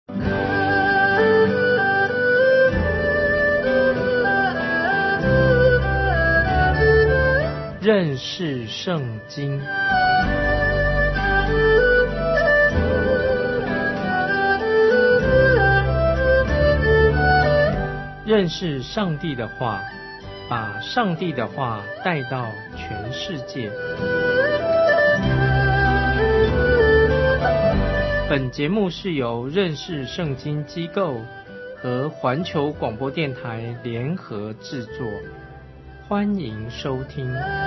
认识圣经。认识上帝的话，把上帝的话带到全世界。本节目是由认识圣经机构和环球广播电台联合制作，欢迎收听。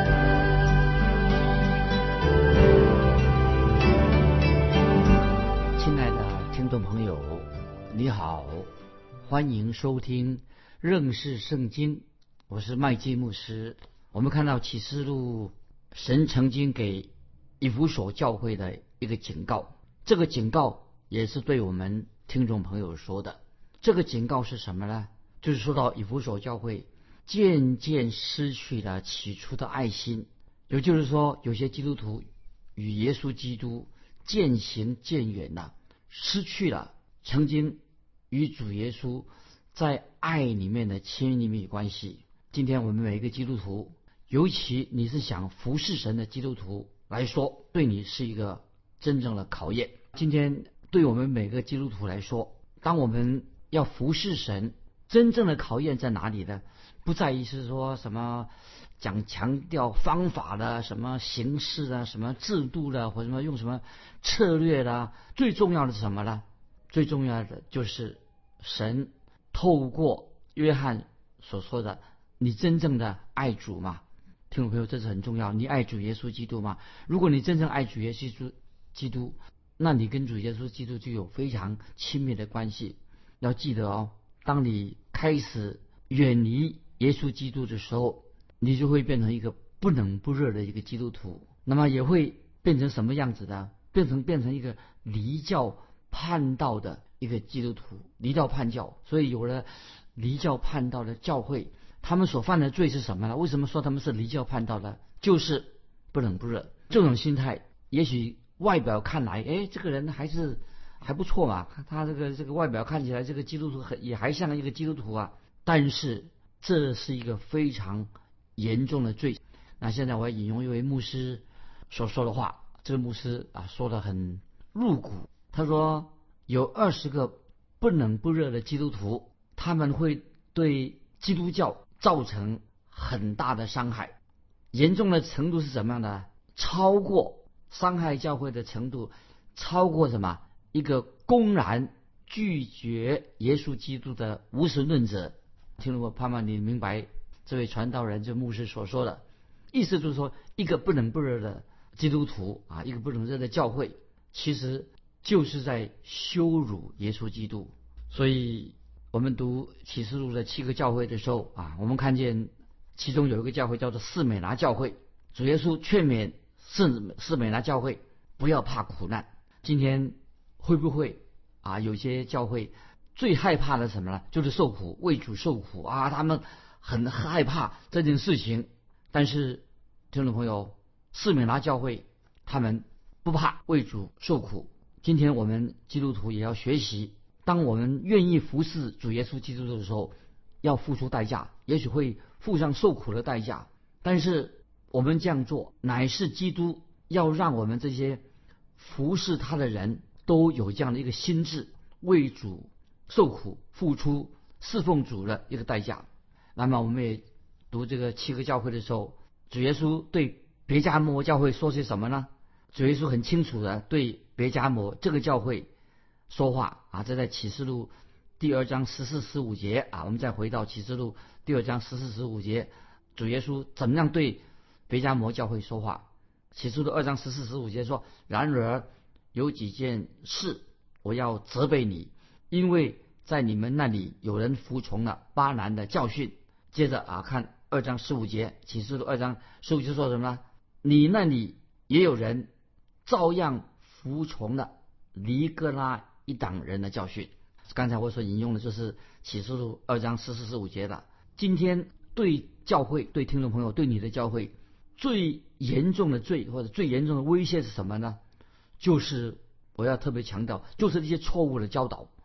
亲爱的听众朋友，你好，欢迎收听认识圣经，我是麦基牧师。我们看到启示录，神曾经给以弗所教会的一个警告，这个警告也是对我们听众朋友说的。这个警告是什么呢？就是说到以弗所教会渐渐失去了起初的爱心，也就是说，有些基督徒与耶稣基督渐行渐远了，失去了曾经与主耶稣在爱里面的亲密关系。今天我们每一个基督徒，尤其你是想服侍神的基督徒来说，对你是一个真正的考验。今天对我们每个基督徒来说，当我们要服侍神，真正的考验在哪里呢？不在于是说什么强调方法的，什么形式啊，什么制度的，或者什么用什么策略的。最重要的是什么呢？最重要的就是神透过约翰所说的，你真正的爱主吗？听众朋友，这是很重要。你爱主耶稣基督吗？如果你真正爱主耶稣基督，那你跟主耶稣基督就有非常亲密的关系。要记得哦，当你开始远离耶稣基督的时候，你就会变成一个不冷不热的一个基督徒。那么也会变成什么样子的？变成一个离教叛道的一个基督徒，离教叛教。所以有了离教叛道的教会，他们所犯的罪是什么呢？为什么说他们是离教叛道呢？就是不冷不热。这种心态，也许外表看来，这个人还不错嘛，他这个外表看起来，这个基督徒也还像一个基督徒啊。但是这是一个非常严重的罪。那现在我要引用一位牧师所说的话，这个牧师说得很入骨。他说有20个不冷不热的基督徒，他们会对基督教造成很大的伤害。严重的程度是什么样的？超过伤害教会的程度，超过什么？一个公然拒绝耶稣基督的无神论者。听了我盼望你明白这位传道人这牧师所说的意思，就是说一个不冷不热的基督徒一个不冷不热的教会，其实就是在羞辱耶稣基督。所以我们读启示录的7个教会的时候我们看见其中有一个教会叫做士美拿教会，主耶稣劝勉士美拿教会不要怕苦难。今天会不会有些教会最害怕的是什么呢？就是受苦，为主受苦他们很害怕这件事情。但是听众朋友，士美拿教会他们不怕为主受苦。今天我们基督徒也要学习，当我们愿意服侍主耶稣基督的时候，要付出代价，也许会付上受苦的代价。但是我们这样做，乃是基督要让我们这些服侍他的人都有这样的一个心智，为主受苦，付出侍奉主的一个代价。那么我们也读这个7个教会的时候，主耶稣对别迦摩教会说些什么呢？主耶稣很清楚的对别迦摩这个教会说话这在启示录第2章14、15节我们再回到启示录第2章14、15节，主耶稣怎么样对别迦摩教会说话？启示录2章14、15节说：然而有几件事我要责备你，因为在你们那里有人服从了巴兰的教训。接着看2章15节，启示录2章15节说什么呢？你那里也有人照样服从了尼哥拉一党人的教训。刚才我所引用的就是启示录2章14、15节的。今天对教会，对听众朋友，对你的教会最严重的罪或者最严重的威胁是什么呢？就是我要特别强调，就是这些错误的教导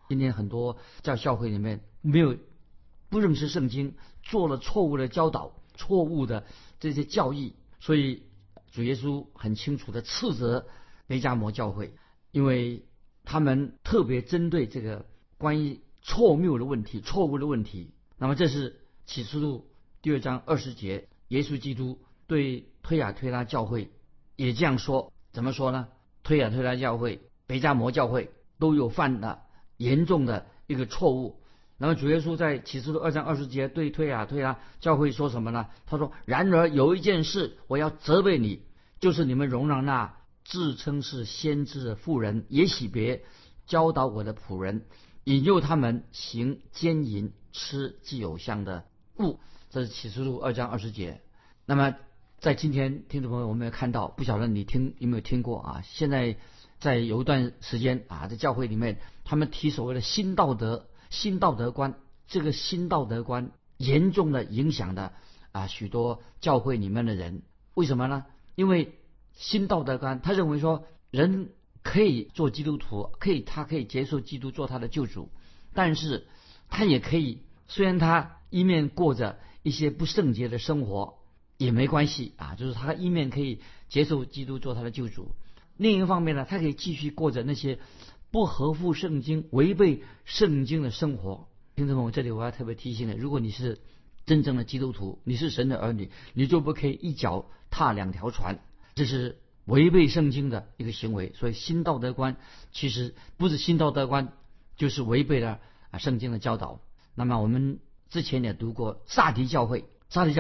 今天很多在教会里面不认识圣经，做了错误的教导，错误的这些教义，所以主耶稣很清楚的斥责北迦摩教会，因为他们特别针对这个关于错误的问题。那么这是启示录第2章20节，耶稣基督对推雅推拉教会也这样说。怎么说呢？推雅推拉教会、北迦摩教会都有犯了严重的一个错误。那么主耶稣在启示录2章20节对推雅推拉教会说什么呢？他说：然而有一件事我要责备你，就是你们容让那自称是先知的妇人耶洗别教导我的仆人，引诱他们行奸淫，吃祭偶像的物。这是启示录2章20节。那么在今天听众朋友，我们也看到，不晓得你有没有听过啊？现在在有一段时间啊，在教会里面，他们提所谓的新道德观，这个新道德观严重的影响了许多教会里面的人。为什么呢？因为新道德观他认为说，人可以做基督徒，他可以接受基督做他的救主，但是他也可以，虽然他一面过着一些不圣洁的生活也没关系就是他一面可以接受基督做他的救主，另一方面呢，他可以继续过着那些不合乎圣经、违背圣经的生活。听众朋友，这里我要特别提醒你，如果你是真正的基督徒，你是神的儿女，你就不可以一脚踏两条船，这是违背圣经的一个行为。所以新道德观其实不是新道德观，就是违背了圣经的教导。那么我们之前也读过撒狄教会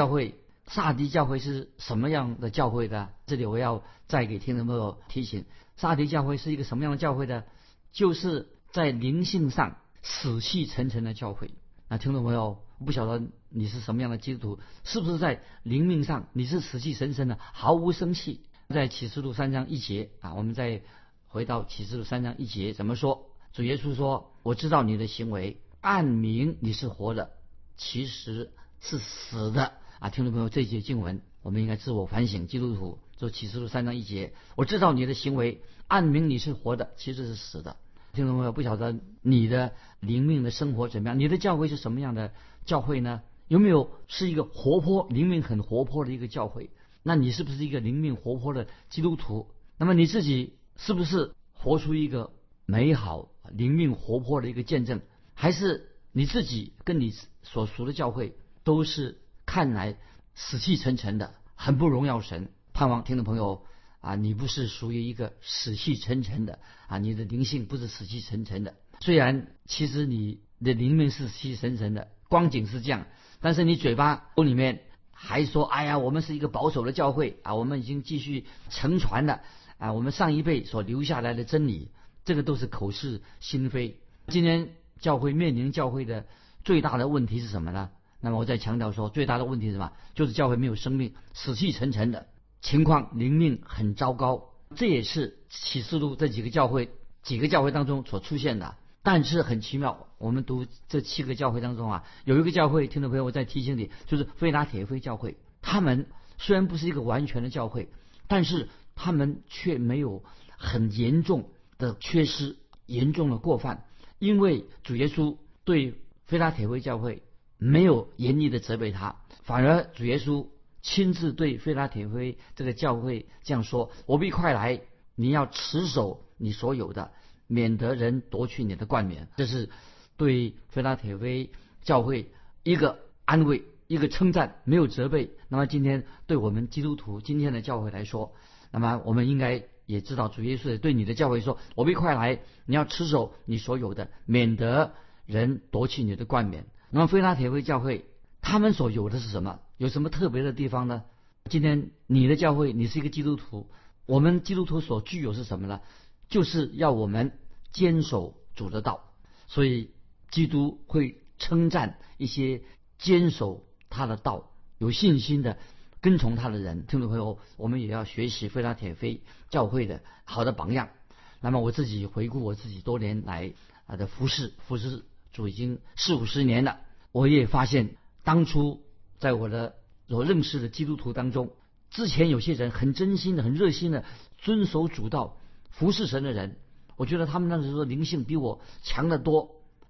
是什么样的教会的？这里我要再给听众朋友提醒，撒狄教会是一个什么样的教会的？就是在灵性上死气沉沉的教会。那听众朋友，不晓得你是什么样的基督徒，是不是在灵命上你是死气沉沉的，毫无生气？在启示录3章1节我们再回到启示录3章1节怎么说？主耶稣说：我知道你的行为，暗明你是活的，其实是死的。听众朋友，这节经文我们应该自我反省。基督徒就启示录3章1节，我知道你的行为，暗明你是活的，其实是死的。听众朋友，不晓得你的灵命的生活怎么样？你的教会是什么样的教会呢？有没有是一个灵命很活泼的一个教会？那你是不是一个灵命活泼的基督徒？那么你自己是不是活出一个美好灵命活泼的一个见证？还是你自己跟你所属的教会都是看来死气沉沉的，很不荣耀神？盼望听众朋友你不是属于一个死气沉沉的你的灵性不是死气沉沉的。虽然其实你的灵命是死气沉沉的，光景是这样，但是你嘴巴里面还说：哎呀，我们是一个保守的教会我们已经继续承传了我们上一辈所留下来的真理。这个都是口是心非。今天教会面临教会的最大的问题是什么呢？那么我再强调说，最大的问题是什么？就是教会没有生命，死气沉沉的情况，灵命很糟糕。这也是启示录这几个教会当中所出现的。但是很奇妙，我们读这7个教会当中有一个教会，听众朋友我再提醒你，就是非拉铁非教会。他们虽然不是一个完全的教会，但是他们却没有很严重的缺失，严重的过犯。因为主耶稣对非拉铁非教会没有严厉的责备他，反而主耶稣亲自对非拉铁非这个教会这样说：我必快来，你要持守你所有的，免得人夺去你的冠冕。这是对非拉铁非教会一个安慰，一个称赞，没有责备。那么今天对我们基督徒今天的教会来说，那么我们应该也知道主耶稣也对你的教会说：我必快来，你要持守你所有的，免得人夺去你的冠冕。那么非拉铁非教会他们所有的是什么？有什么特别的地方呢？今天你的教会，你是一个基督徒，我们基督徒所具有是什么呢？就是要我们坚守主的道。所以基督会称赞一些坚守他的道、有信心的跟从他的人。听众朋友，我们也要学习非拉铁非教会的好的榜样。那么我自己回顾我自己多年来的服侍主已经40-50年了，我也发现当初在我认识的基督徒当中，之前有些人很真心的、很热心的遵守主道、服侍神的人，我觉得他们那时候灵性比我强得多。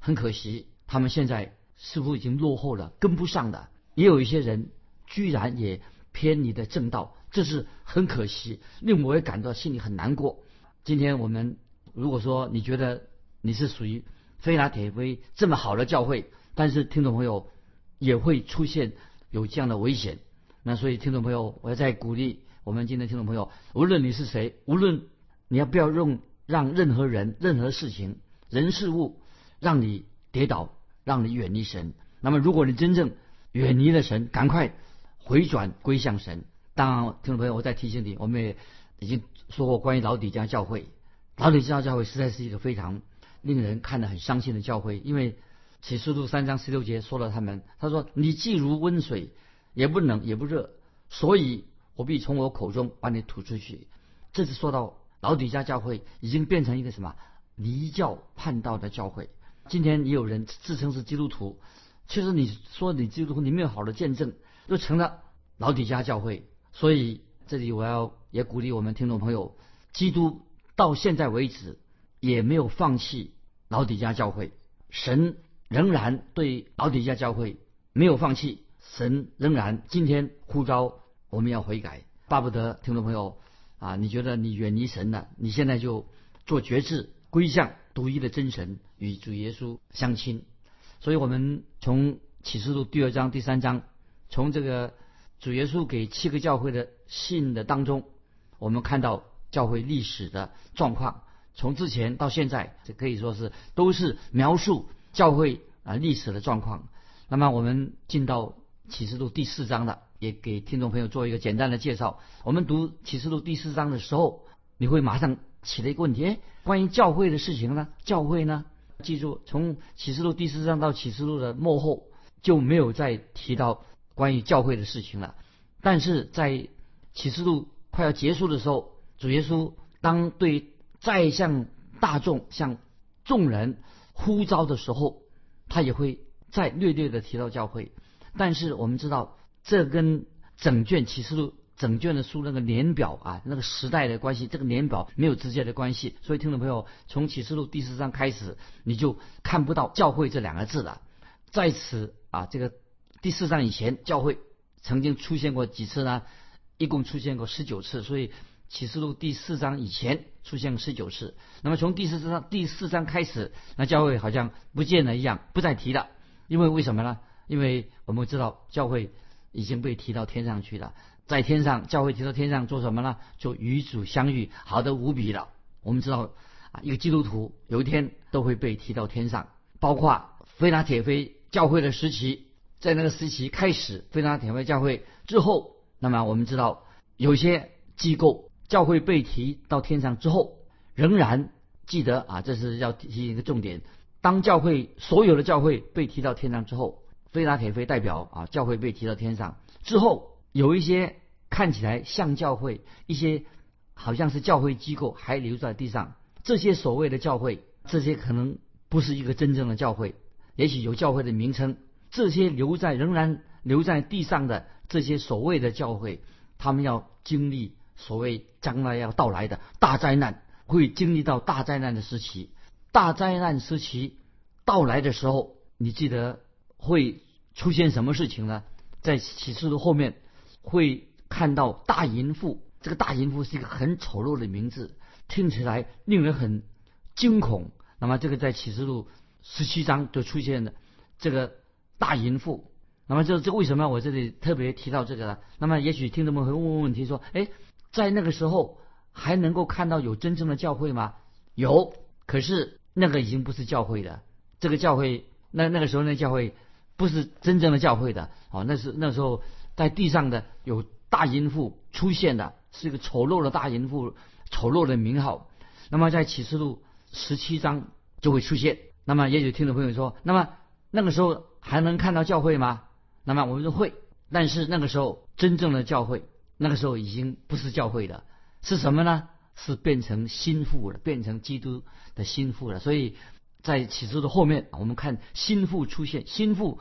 很可惜，他们现在似乎已经落后了，跟不上的。也有一些人居然也偏离了正道，这是很可惜，令我也感到心里很难过。今天我们如果说你觉得你是属于非拉铁非这么好的教会，但是听众朋友也会出现有这样的危险。那所以听众朋友，我要再鼓励我们今天听众朋友，无论你是谁，无论你要不要让任何人、任何事情、人事物让你跌倒，让你远离神。那么如果你真正远离了神，赶快回转归向神。当然听众朋友，我再提醒你，我们也已经说过关于老底嘉教会。老底嘉教会实在是一个非常令人看得很伤心的教会，因为启示录3章16节说了他说你既如温水，也不冷也不热，所以我必从我口中把你吐出去。这是说到老底嘉教会已经变成一个什么离教叛道的教会。今天也有人自称是基督徒，其实你说你基督徒，你没有好的见证，就成了老底嘉教会。所以这里我要也鼓励我们听众朋友，基督到现在为止也没有放弃老底嘉教会，神仍然对老底嘉教会没有放弃，神仍然今天呼召我们要悔改。巴不得听众朋友你觉得你远离神了，你现在就做决志，归向独一的真神，与主耶稣相亲。所以我们从启示录第2章第3章，从这个主耶稣给7个教会的信的当中，我们看到教会历史的状况，从之前到现在，这可以说是都是描述教会历史的状况。那么我们进到启示录第4章了，也给听众朋友做一个简单的介绍。我们读启示录第4章的时候，你会马上起了一个问题，关于教会的事情呢？教会呢？记住，从启示录第4章到启示录的末后就没有再提到关于教会的事情了。但是在启示录快要结束的时候，主耶稣当对再向大众、向众人呼召的时候，他也会再略略的提到教会。但是我们知道，这跟整卷启示录整卷的书那个年表那个时代的关系，这个年表没有直接的关系。所以听众朋友，从启示录第4章开始，你就看不到教会这2个字了。在此这个第4章以前，教会曾经出现过几次呢？一共出现过19次。所以启示录第4章以前出现过19次。那么从第4章开始，那教会好像不见了一样，不再提了。因为什么呢？因为我们知道教会已经被提到天上去了。在天上，教会提到天上做什么呢？就与主相遇，好得无比了。我们知道一个基督徒有一天都会被提到天上，包括非拉铁非教会的时期，在那个时期开始，非拉铁非教会之后，那么我们知道有些机构教会被提到天上之后，仍然记得这是要提醒一个重点，当教会所有的教会被提到天上之后，非拉铁非代表教会被提到天上之后，有一些看起来像教会，一些好像是教会机构还留在地上。这些所谓的教会，这些可能不是一个真正的教会，也许有教会的名称。这些仍然留在地上的这些所谓的教会，他们要经历所谓将来要到来的大灾难，会经历到大灾难的时期。大灾难时期到来的时候，你记得会出现什么事情呢？在启示录后面会看到大淫妇。这个大淫妇是一个很丑陋的名字，听起来令人很惊恐。那么这个在启示录17章就出现了这个大淫妇。那么这为什么我这里特别提到这个呢？那么也许听众们会问问题说，在那个时候还能够看到有真正的教会吗？有，可是那个已经不是教会的。这个教会那个时候那教会不是真正的教会的。那时候在地上的有大淫妇出现的，是一个丑陋的大淫妇，丑陋的名号。那么在启示录17章就会出现。那么也许听众朋友说，那么那个时候还能看到教会吗？那么我们说会，但是那个时候真正的教会，那个时候已经不是教会了，是什么呢？是变成心腹了，变成基督的心腹了。所以在启示录后面，我们看心腹出现，心腹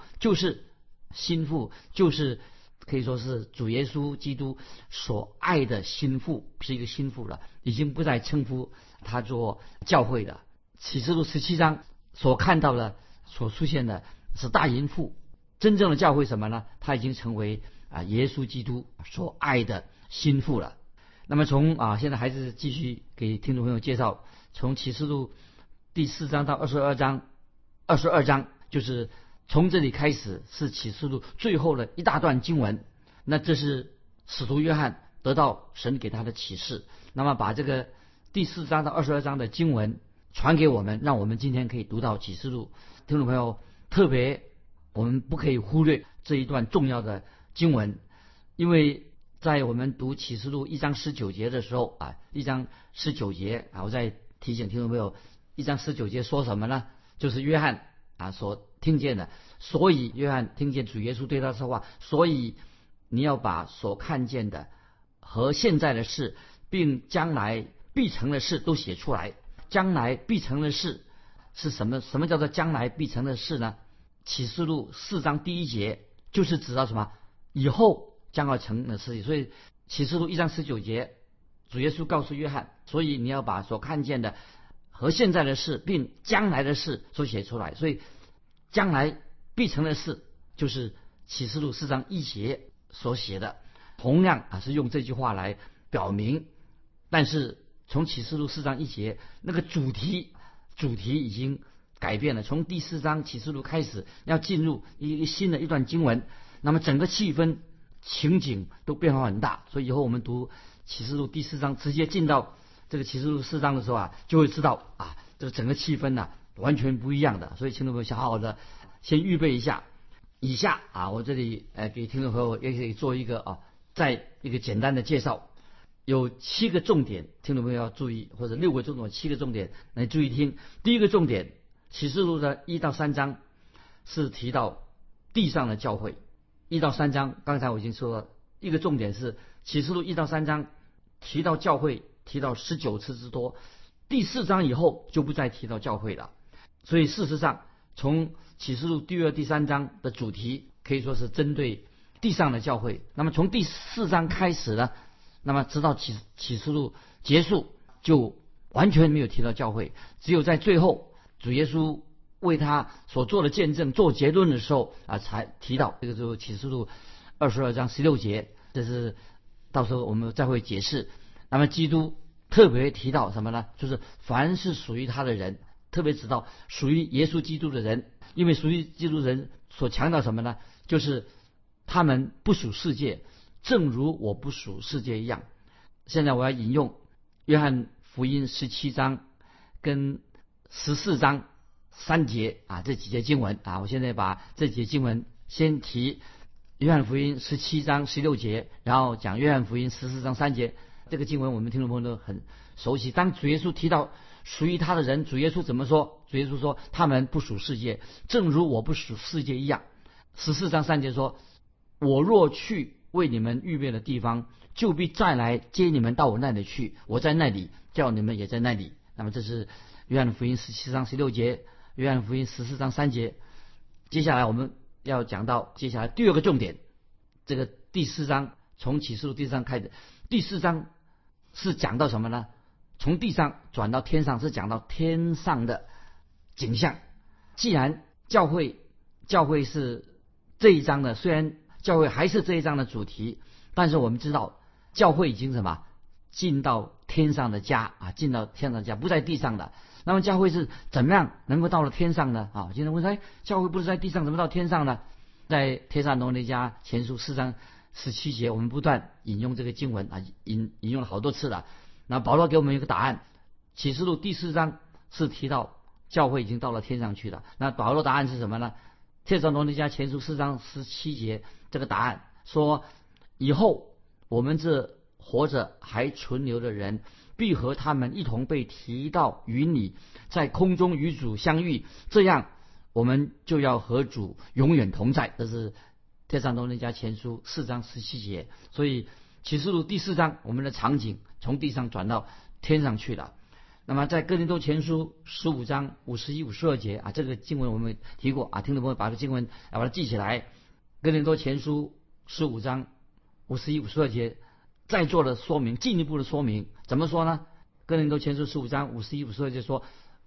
就是可以说是主耶稣基督所爱的心腹，是一个心腹了，已经不再称呼他做教会的。启示录17章所看到的所出现的是大淫妇。真正的教会什么呢？她已经成为耶稣基督所爱的心腹了。那么从现在还是继续给听众朋友介绍，从启示录第4章到22章，就是从这里开始是启示录最后的一大段经文。那这是使徒约翰得到神给他的启示，那么把这个第4章到22章的经文传给我们，让我们今天可以读到启示录。听众朋友，特别我们不可以忽略这一段重要的经文，因为在我们读启示录1章19节的时候1章19节我再提醒听众朋友，1章19节说什么呢？就是约翰所听见的。所以约翰听见主耶稣对他说话，所以你要把所看见的和现在的事并将来必成的事都写出来。将来必成的事是什么？什么叫做将来必成的事呢？启示录4章第1节就是指到什么？以后将要成的事情。所以启示录1章19节，主耶稣告诉约翰，所以你要把所看见的和现在的事并将来的事都写出来。所以将来必成的事就是启示录4章1节所写的，同样是用这句话来表明。但是从启示录4章1节那个主题已经改变了。从第4章启示录开始要进入一个新的一段经文，那么整个气氛情景都变化很大。所以以后我们读启示录第4章直接进到这个启示录4章的时候就会知道这个整个气氛完全不一样的。所以听众朋友想好好的先预备一下。以下我这里给听众朋友也可以做一个再一个简单的介绍。有7个重点，听众朋友要注意，或者6个重点7个重点来注意听。第一个重点，启示录的1到3章是提到地上的教会。1到3章刚才我已经说了，一个重点是启示录1到3章提到教会提到19次之多，第4章以后就不再提到教会了。所以事实上从启示录第2、第3章的主题可以说是针对地上的教会。那么从第4章开始呢，那么直到启示录结束就完全没有提到教会，只有在最后主耶稣为他所做的见证做结论的时候才提到。这个就是启示录22章16节，这是到时候我们再会解释。那么基督特别提到什么呢？就是凡是属于他的人，特别指到属于耶稣基督的人。因为属于基督人所强调什么呢？就是他们不属世界，正如我不属世界一样。现在我要引用约翰福音17章跟14章3节这几节经文我现在把这几节经文先提约翰福音17章16节，然后讲约翰福音14章3节。这个经文我们听众朋友都很熟悉。当主耶稣提到属于他的人，主耶稣怎么说？主耶稣说他们不属世界，正如我不属世界一样。14章3节说，我若去为你们预备的地方，就必再来接你们到我那里去，我在那里，叫你们也在那里。那么这是约翰福音17章16节，约翰福音14章3节。接下来我们要讲到接下来第2个重点，这个第4章从启示录第4章开始，第4章是讲到什么呢？从地上转到天上，是讲到天上的景象。既然教会是这一章的，虽然教会还是这一章的主题，但是我们知道教会已经什么进到天上的家进到天上的家，不在地上的。那么教会是怎么样能够到了天上呢？今天问说教会不是在地上，怎么到天上呢？在帖撒罗尼迦前书4章17节，我们不断引用这个经文引用了好多次了。那保罗给我们一个答案，启示录第4章是提到教会已经到了天上去了。那保罗答案是什么呢？帖撒罗尼迦前书4章17节，这个答案说，以后我们这活着还存留的人，必和他们一同被提到云里，在空中与主相遇，这样我们就要和主永远同在。这是帖撒罗尼迦前书4章17节。所以启示录第4章我们的场景从地上转到天上去了。那么在哥林多前书15章51、52节这个经文我们提过听众朋友把这个经文把它记起来。哥林多前书15章51、52节再做了说明，进一步的说明。怎么说呢？哥林多前书15章51、52节说，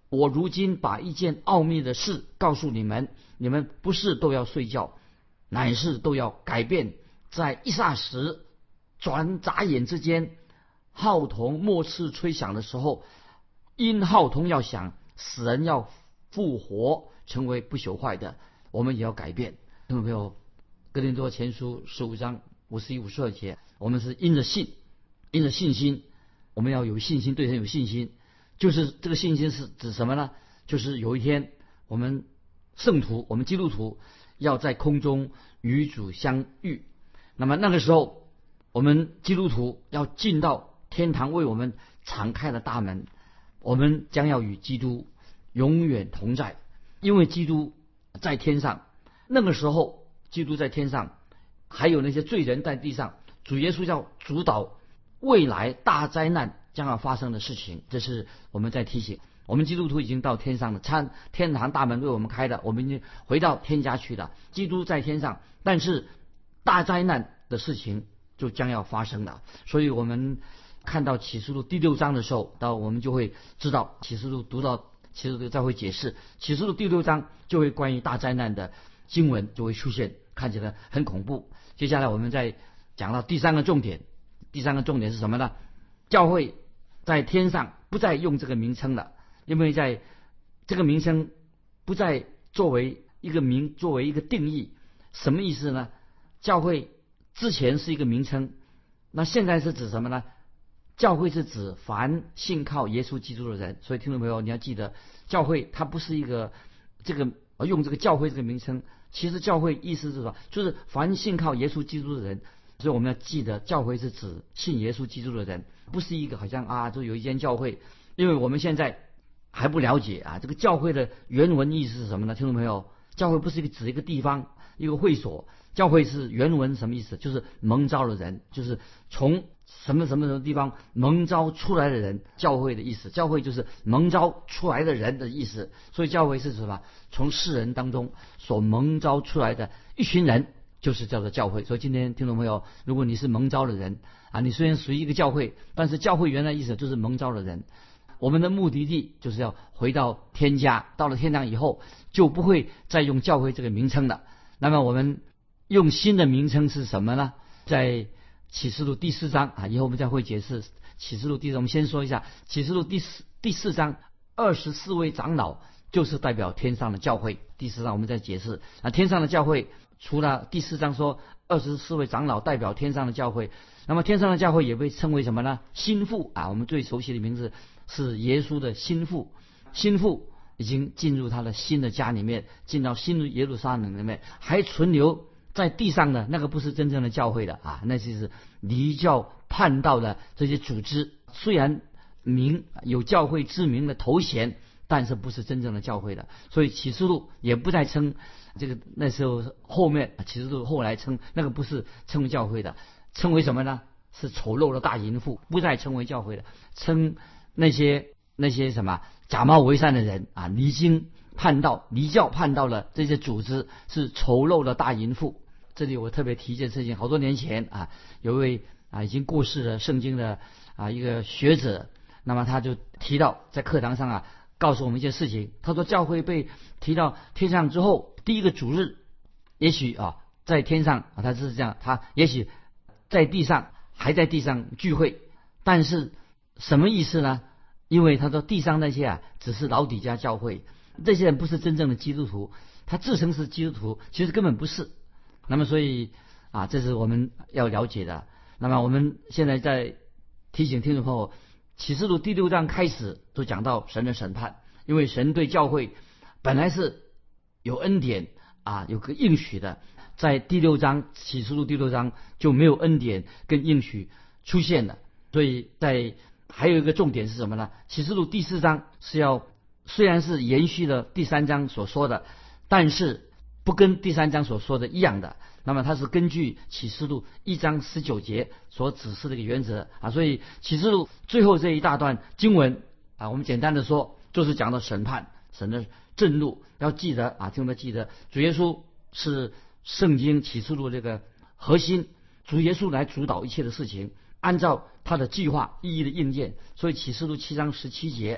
我如今把一件奥秘的事告诉你们，你们不是都要睡觉，乃是都要改变。在一霎时，转眨眼之间，号筒末次吹响的时候，因号筒要响，死人要复活，成为不朽坏的，我们也要改变。听众朋友，哥林多前书15章51、52节，我们是因着信，因着信心，我们要有信心，对神有信心。就是这个信心是指什么呢？就是有一天我们圣徒，我们基督徒要在空中与主相遇。那么那个时候，我们基督徒要进到天堂为我们敞开了大门，我们将要与基督永远同在，因为基督在天上。那个时候基督在天上，还有那些罪人在地上，主耶稣要主导未来大灾难将要发生的事情。这是我们在提醒我们基督徒已经到天上了，天堂大门为我们开了，我们已经回到天家去了。基督在天上，但是大灾难的事情就将要发生了。所以我们看到启示录第6章的时候，我们就会知道启示录读到启示录再会解释启示录第6章就会关于大灾难的经文就会出现，看起来很恐怖。接下来我们再讲到第三个重点，第三个重点是什么呢？教会在天上不再用这个名称了，因为在这个名称不再作为一个定义。什么意思呢？教会之前是一个名称，那现在是指什么呢？教会是指凡信靠耶稣基督的人。所以听众朋友，你要记得，教会它不是一个用这个教会这个名称，其实教会意思是什么？就是凡信靠耶稣基督的人。所以我们要记得，教会是指信耶稣基督的人，不是一个好像就有一间教会。因为我们现在还不了解这个教会的原文意思是什么呢？听众朋友，教会不是指一个地方一个会所，教会是原文什么意思？就是蒙召的人，就是从什么地方蒙召出来的人，教会的意思。教会就是蒙召出来的人的意思。所以教会是什么？从世人当中所蒙召出来的一群人，就是叫做教会。所以今天听众朋友，如果你是蒙召的人你虽然属于一个教会，但是教会原来意思就是蒙召的人。我们的目的地就是要回到天家，到了天堂以后就不会再用教会这个名称了。那么我们用新的名称是什么呢？在启示录第4章以后我们再会解释启示录第4章。我们先说一下启示录第4章，24位长老就是代表天上的教会。第4章我们再解释天上的教会，除了第4章说24位长老代表天上的教会，那么天上的教会也被称为什么呢？心腹我们最熟悉的名字是耶稣的心腹。心腹已经进入他的新的家里面，进到新的耶路撒冷里面，还存留在地上的那个不是真正的教会的那就是离教叛道的这些组织。虽然有教会之名的头衔，但是不是真正的教会的。所以启示录也不再称这个，那时候后面启示录后来称那个不是称为教会的，称为什么呢？是丑陋的大淫妇，不再称为教会的，称那些什么假冒为善的人离经叛道、离教叛道的这些组织是丑陋的大淫妇。这里我特别提一件事情，好多年前有一位已经过世的圣经的一个学者，那么他就提到在课堂上告诉我们一件事情。他说教会被提到天上之后，第一个主日也许在天上他是这样，他也许在地上还在地上聚会，但是什么意思呢？因为他说地上那些只是老底嘉教会，这些人不是真正的基督徒，他自称是基督徒，其实根本不是。那么所以这是我们要了解的。那么我们现在在提醒听众朋友，启示录第6章开始都讲到神的审判，因为神对教会本来是有恩典有个应许的，在第6章启示录第6章就没有恩典跟应许出现了。所以还有一个重点是什么呢？启示录第4章虽然是延续了第3章所说的，但是不跟第3章所说的一样的。那么它是根据启示录1章19节所指示的一个原则所以启示录最后这一大段经文我们简单的说就是讲到审判，神的震怒。要记得听众们记得，主耶稣是圣经启示录这个核心，主耶稣来主导一切的事情，按照他的计划一一的应验。所以启示录7章17节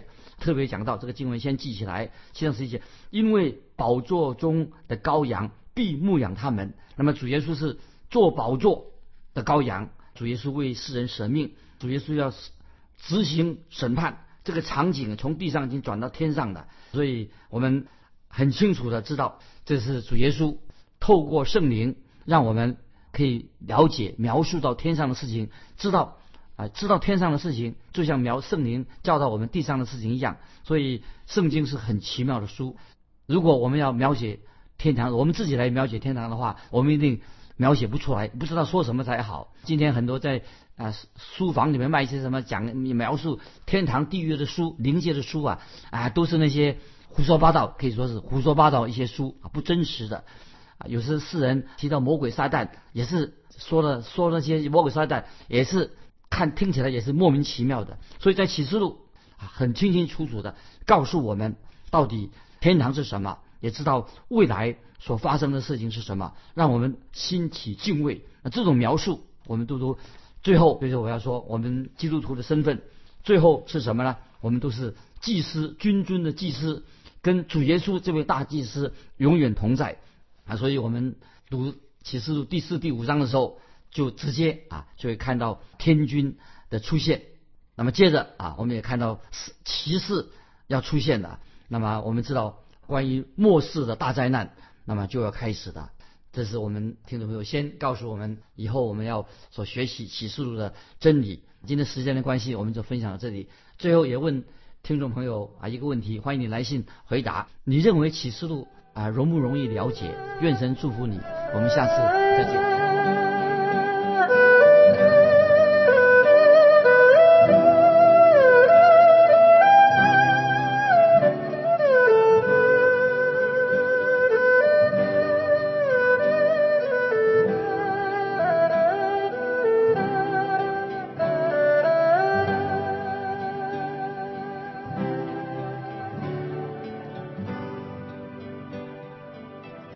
特别讲到这个经文，先记起来。7章11节，因为宝座中的羔羊必牧养他们。那么主耶稣是做宝座的羔羊，主耶稣为世人舍命，主耶稣要执行审判。这个场景从地上已经转到天上的，所以我们很清楚的知道，这是主耶稣透过圣灵让我们可以了解描述到天上的事情，知道天上的事情，就像圣灵教导我们地上的事情一样。所以圣经是很奇妙的书。如果我们要描写天堂，我们自己来描写天堂的话，我们一定描写不出来，不知道说什么才好。今天很多在书房里面卖一些什么描述天堂地狱的书、灵界的书都是那些胡说八道，可以说是胡说八道一些书不真实的。有时世人提到魔鬼撒旦，也是说那些魔鬼撒旦，也是听起来也是莫名其妙的。所以在启示录很清清楚楚的告诉我们到底天堂是什么，也知道未来所发生的事情是什么，让我们心起敬畏。这种描述我们都最后就是我要说我们基督徒的身份最后是什么呢？我们都是祭司，君尊的祭司，跟主耶稣这位大祭司永远同在所以我们读启示录第4、第5章的时候，就直接就会看到天军的出现。那么接着我们也看到骑士要出现了。那么我们知道关于末世的大灾难，那么就要开始的。这是我们听众朋友先告诉我们以后我们要所学习启示录的真理。今天时间的关系，我们就分享到这里。最后也问听众朋友一个问题，欢迎你来信回答。你认为启示录容不容易了解？愿神祝福你，我们下次再见。